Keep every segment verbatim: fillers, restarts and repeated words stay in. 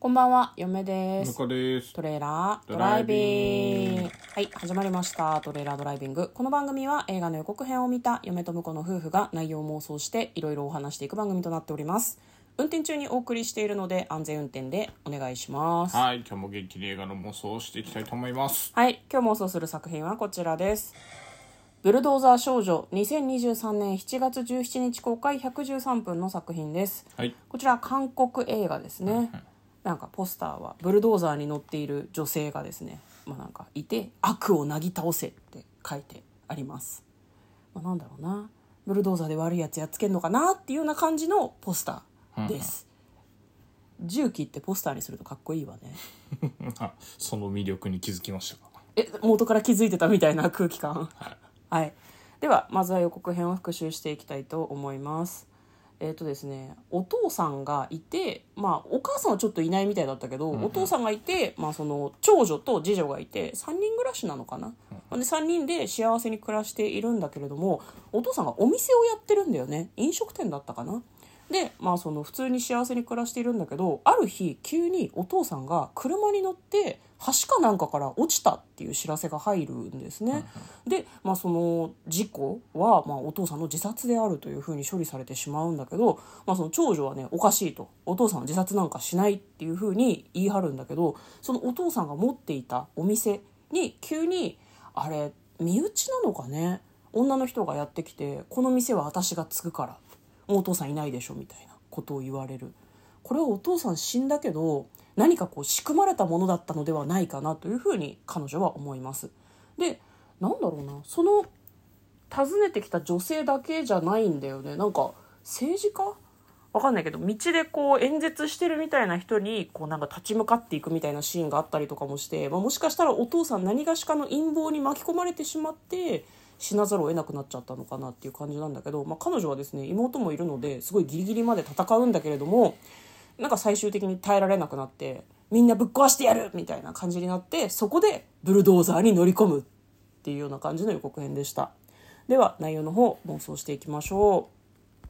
こんばんは、嫁です。 向こうです。 トレーラードライビング。はい、始まりました。トレーラードライビング。この番組は映画の予告編を見た嫁と婿の夫婦が内容を妄想していろいろお話していく番組となっております。運転中にお送りしているので安全運転でお願いします。 はい、今日も元気に映画の妄想をしていきたいと思います。 はい、今日妄想する作品はこちらです。ブルドーザー少女、にせんにじゅうさんねんしちがつじゅうしちにち公開、ひゃくじゅうさんぷんの作品です。 はい、 こちら韓国映画ですね。なんかポスターはブルドーザーに乗っている女性がですね、まあ、なんかいて悪をなぎ倒せって書いてあります。まあ、なんだろうな、ブルドーザーで悪いやつやっつけんのかなっていうような感じのポスターです。重機ってポスターにするとかっこいいわね。 その魅力に気づきましたか？ え、元から気づいてたみたいな空気感。 はい、 はい、ではまずは予告編を復習していきたいと思います。えーとですね、お父さんがいて、まあ、お母さんはちょっといないみたいだったけど、うんうん、お父さんがいて、まあ、その長女と次女がいてさんにん暮らしなのかな、うん、でさんにんで幸せに暮らしているんだけれども、お父さんがお店をやってるんだよね。飲食店だったかな。で、まあ、その普通に幸せに暮らしているんだけど、ある日急にお父さんが車に乗って橋かなんかから落ちたっていう知らせが入るんですね。で、まあ、その事故は、まあ、お父さんの自殺であるというふうに処理されてしまうんだけど、まあ、その長女はねおかしいと、お父さんは自殺なんかしないっていうふうに言い張るんだけど、そのお父さんが持っていたお店に急に、あれ身内なのかね、女の人がやってきて、この店は私が継ぐから、お父さんいないでしょみたいなことを言われる。これはお父さん死んだけど何かこう仕組まれたものだったのではないかなというふうに彼女は思います。で、なんだろうな、その訪ねてきた女性だけじゃないんだよね。なんか政治家わかんないけど、道でこう演説してるみたいな人にこうなんか立ち向かっていくみたいなシーンがあったりとかもして、まあ、もしかしたらお父さん何がしかの陰謀に巻き込まれてしまって死なざるを得なくなっちゃったのかなっていう感じなんだけど、まあ、彼女はですね妹もいるのですごいギリギリまで戦うんだけれども、なんか最終的に耐えられなくなってみんなぶっ壊してやるみたいな感じになって、そこでブルドーザーに乗り込むっていうような感じの予告編でした。では内容の方妄想していきましょう。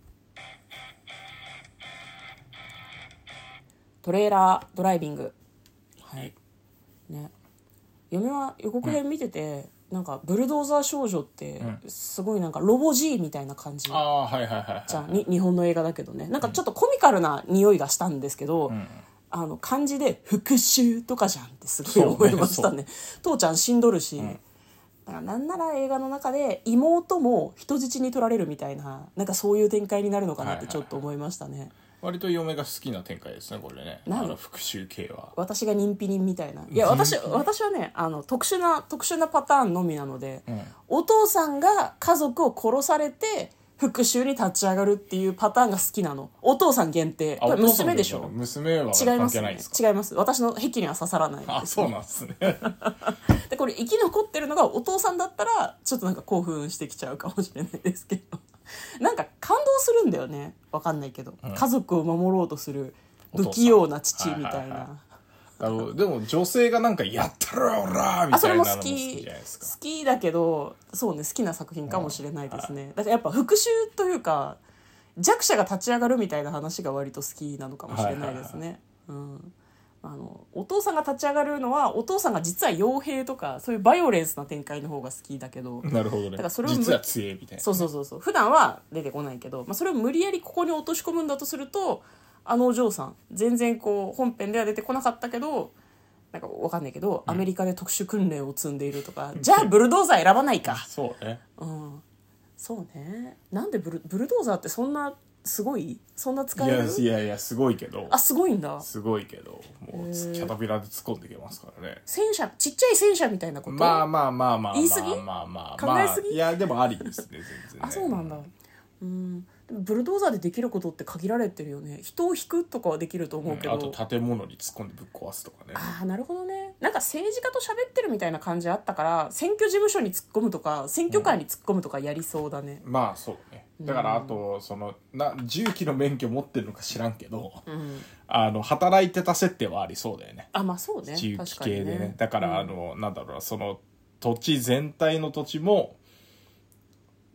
トレーラードライビング。はいね、嫁は予告編見てて、うん、なんかブルドーザー少女ってすごいなんかロボ G みたいな感じじゃん、 はいはいはいはい、 に日本の映画だけどね、なんかちょっとコミカルな匂いがしたんですけど、うん、あの漢字で復讐とかじゃんってすごい思いましたね。父ちゃん死んどるし、うん、だからなんなら映画の中で妹も人質に取られるみたいな、なんかそういう展開になるのかなってちょっと思いましたね。はいはいはい、 割と嫁が好きな展開ですねこれね。あの復讐系は私が人否人みたいな。いや私私はね、あの特殊な特殊なパターンのみなので、うん、お父さんが家族を殺されて復讐に立ち上がるっていうパターンが好きなの。お父さん限定。これ娘でしょ。 娘は関係ないですか？ 違います、ね、違います。私の癖には刺さらないです、ね、 あ、そうなんですね。 でこれ生き残ってるのがお父さんだったらちょっとなんか興奮してきちゃうかもしれないですけど、なんか感動するんだよね。わかんないけど、うん、家族を守ろうとする不器用な父みたいな。 あのでも女性がなんかやったろオラーみたいなのも好きじゃないですか。 好きだけど、そうね、好きな作品かもしれないですね。だからやっぱ復讐というか弱者が立ち上がるみたいな話が割と好きなのかもしれないですね。うん、あのお父さんが立ち上がるのはお父さんが実は傭兵とかそういうバイオレンスな展開の方が好きだけど。 なるほどね。だからそれを実は強いみたいな、ね、 そうそうそうそう、普段は出てこないけど、まあ、それを無理やりここに落とし込むんだとすると、あのお嬢さん全然こう本編では出てこなかったけど、なんかわかんないけど、うん、アメリカで特殊訓練を積んでいるとか、じゃあブルドーザー選ばないか。 そうね、 うん、そうね。なんでブル、ブルドーザーってそんなすごい、そんな使える？ いやいやいやすごいけど。 あ、すごいんだ。 すごいけどもうキャタピラで突っ込んでいけますからね。 戦車、ちっちゃい戦車みたいなこと？ まあまあまあまあ言い過ぎ？ まあまあ考えすぎ？ まあ、いやでもありですね全然ね。 あ、そうなんだ。うん、でもブルドーザーでできることって限られてるよね。人を引くとかはできると思うけど、 うん、あと建物に突っ込んでぶっ壊すとかね。 ああ、なるほどね。なんか政治家と喋ってるみたいな感じあったから、選挙事務所に突っ込むとか選挙カーに突っ込むとかやりそうだね。 うん、まあそうね。だからあとそのな重機の免許持ってるのか知らんけど、うん、あの働いてた設定はありそうだよね。 あ、まあそうね。 重機系でね。 ね、 だからあの、うん、なんだろうな、その土地全体の土地も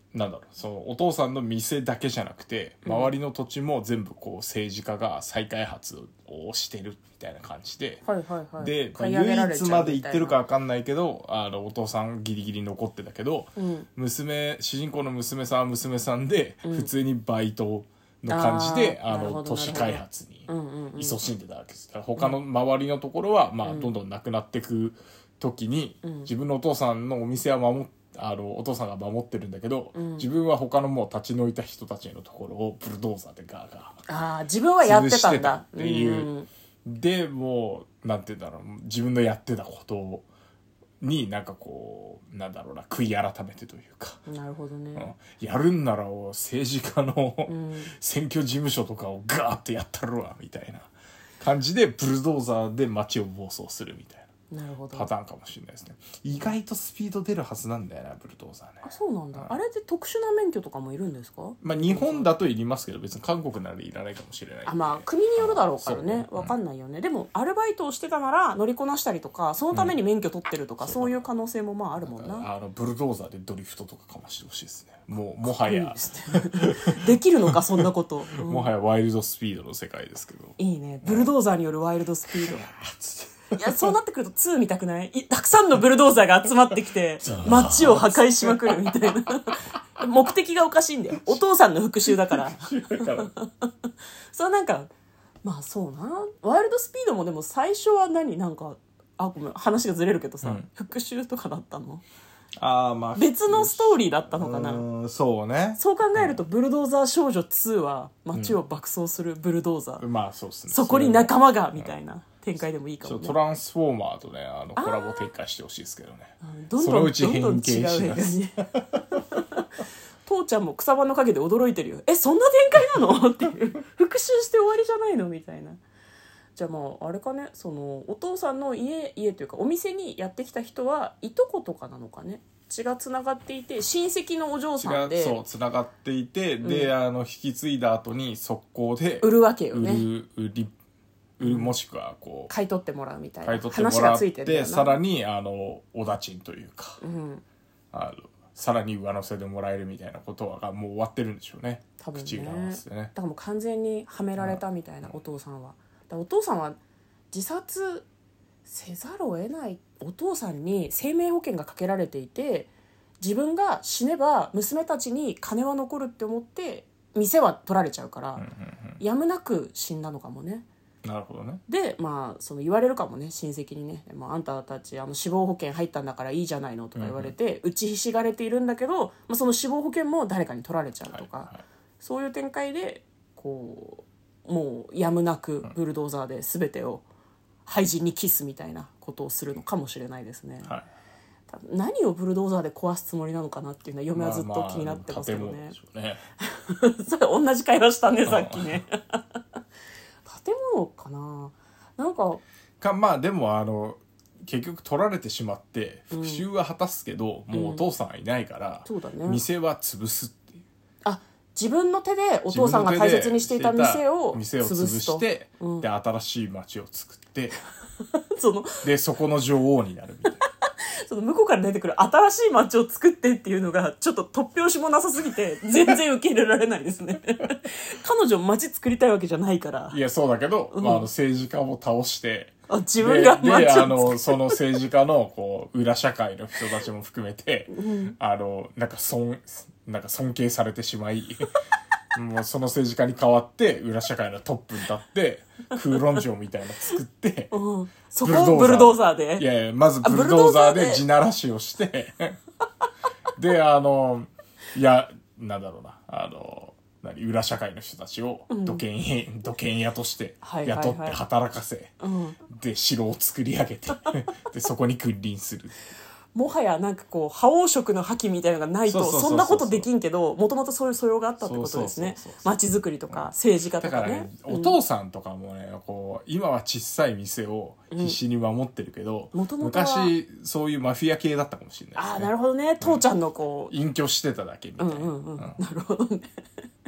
なんだろう、そのお父さんの店だけじゃなくて周りの土地も全部こう政治家が再開発をしてるみたいな感じで、 はいはいはい、 で買い上げられちゃうみたいな唯一まで行ってるか分かんないけど、あのお父さんギリギリ残ってたけど、 うん娘主人公の娘さんは娘さんで普通にバイトの感じで、 あーなるほどあの都市開発にうんうんうん勤しんでたわけです。だから他の周りのところは、まあ、どんどんなくなっていく時に、 うん自分のお父さんのお店は守っあのお父さんが守ってるんだけど、 うん自分は他のもう立ち退いた人たちのところをブルドーザーでガーガああ自分はやってたんだ潰してたっていううんーでもうなんて言うんだろう、自分のやってたことになんかこうなんだろうな、悔い改めてというか、 なるほどね、 うんやるんなら政治家の、 うん選挙事務所とかをガーッてやったるわみたいな感じでブルドーザーで街を暴走するみたいななるほどパターンかもしれないですね。意外とスピード出るはずなんだよなブルドーザーね。 あそうなんだ、あれって特殊な免許とかもいるんですか？ まあ日本だといりますけど別に韓国ならいらないかもしれないんで。 あまあ国によるだろうからそうねわかんないよね、でもアルバイトをしてたなら乗りこなしたりとかそのために免許取ってるとか、そういう可能性もまああるもんな。 あのブルドーザーでドリフトとかかましてほしいですね。もうもはやできるのかそんなこと、うんもはやワイルドスピードの世界ですけど。 いいねブルドーザーによるワイルドスピードいやそうなってくるとツー見たくない？いたくさんのブルドーザーが集まってきて街を破壊しまくるみたいな目的がおかしいんだよ。お父さんの復讐だからだからそれなんかまあそうなワイルドスピードもでも最初は何なんかあごめん話がずれるけどさ、 うん復讐とかだったの？ あーまあ別のストーリーだったのかな。 うーんそうね。 そう考えるとブルドーザー少女ツーは街を爆走するブルドーザー、 まあそうですね。 そこに仲間がみたいな展開でもいいかもね。 ちょトランスフォーマーとねあのコラボ展開してほしいですけどね。 どんそのうちどんどんどん違う変形し映画ますに父ちゃんも草葉の陰で驚いてるよ。えそんな展開なのっていう復讐して終わりじゃないのみたいな。じゃあまああれかね、そのお父さんの家家というかお店にやってきた人はいとことかなのかね。血がつながっていて親戚のお嬢さんでそうつながっていて、であの引き継いだ後に速攻で売るわけよ売ね。 る売り売るもしくはこう買い取ってもらうみたいな買い取っても話がらっついてるんだよな。 てさらにあのおだちんというか、 うんあのさらに上乗せでもらえるみたいなことがもう終わってるんでしょうね。 多分ね。 口裏合わせてね。 だからもう完全にはめられたみたいな、お父さんは。だからお父さんは自殺せざるを得ない。お父さんに生命保険がかけられていて、自分が死ねば娘たちに金は残るって思って店は取られちゃうから、 うんうんうんやむなく死んだのかもね。 なるほどね。 でまあその言われるかもね、親戚にね、まあ、あんたたちあの死亡保険入ったんだからいいじゃないのとか言われて、打ちひしがれているんだけど、まあ、その死亡保険も誰かに取られちゃうとか、 はいはいそういう展開でこうもうやむなくブルドーザーで全てを廃人にキスみたいなことをするのかもしれないですね。 はい多分何をブルドーザーで壊すつもりなのかなっていうのは嫁はずっと気になってますけどね。 まあまあ建物でしょうね。 それ同じ会話したねさっきね建物かな、なんかかまあでもあの結局取られてしまって復讐は果たすけど、もうお父さんはいないから、 そうだね、 店は潰すっていう。 あ自分の手でお父さんが大切にしていた店を店を潰潰すとして、 うんで新しい町を作ってそのでそこの女王になるみたいな。 その向こうから出てくる新しい街を作ってっていうのがちょっと突拍子もなさすぎて全然受け入れられないですね彼女街作りたいわけじゃないからいやそうだけど、 うんまあ、あの政治家を倒してあ自分がで街を作であのその政治家のこう裏社会の人たちも含めて、 んあのなんか尊なんか尊敬されてしまいもうその政治家に代わって裏社会のトップに立って空論城みたいなの作ってうん、そこをブルドーザーでいやいやまずブルドーザーで地ならしをしてであのいやなんだろうなあの何裏社会の人たちを土建屋、うん、土建屋として雇って働かせ、 うん、 で城を作り上げてでそこに君臨する。 もはやなんかこう覇王色の覇気みたいなのがないとそうそうそうそうそんなことできんけど、もともとそういう素養があったってことですね。 そうそうそうそう街づくりとか政治家とだかからね、 ね、お父さんとかもねこう今は小さい店を必死に守ってるけど、 うん、元々は昔そういうマフィア系だったかもしれないですね。 ああなるほどね、父ちゃんのこう、 隠居してただけみたいな、 うんうんうん、 うんなるほどね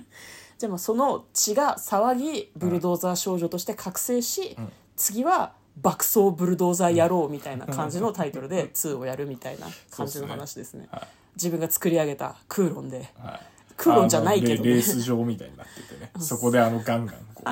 じゃあまあその血が騒ぎブルドーザー少女として覚醒し、 うん次は爆走ブルドーザー野郎みたいな感じのタイトルでツーをやるみたいな感じの話ですね。 はい、 自分が作り上げたクーロンで、 はい、 クーロンじゃないけどね、 レース場みたいになっててねそこであのガンガンこ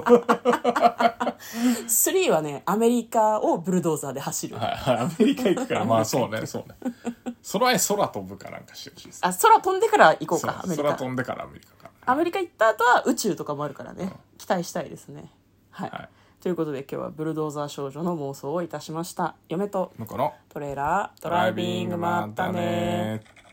うスリーはねアメリカをブルドーザーで走る、 はい、アメリカ行くからまあそうねそうねその前空飛ぶかなんかしてほしいです、 あ空飛んでから行こうか。アメリカ空飛んでからアメリカか、 アメリカ行った後は宇宙とかもあるからね、うん、期待したいですね。はい、 はい、 ということで今日はブルドーザー少女の妄想をいたしました。嫁とのこのトレーラードライビングまったね。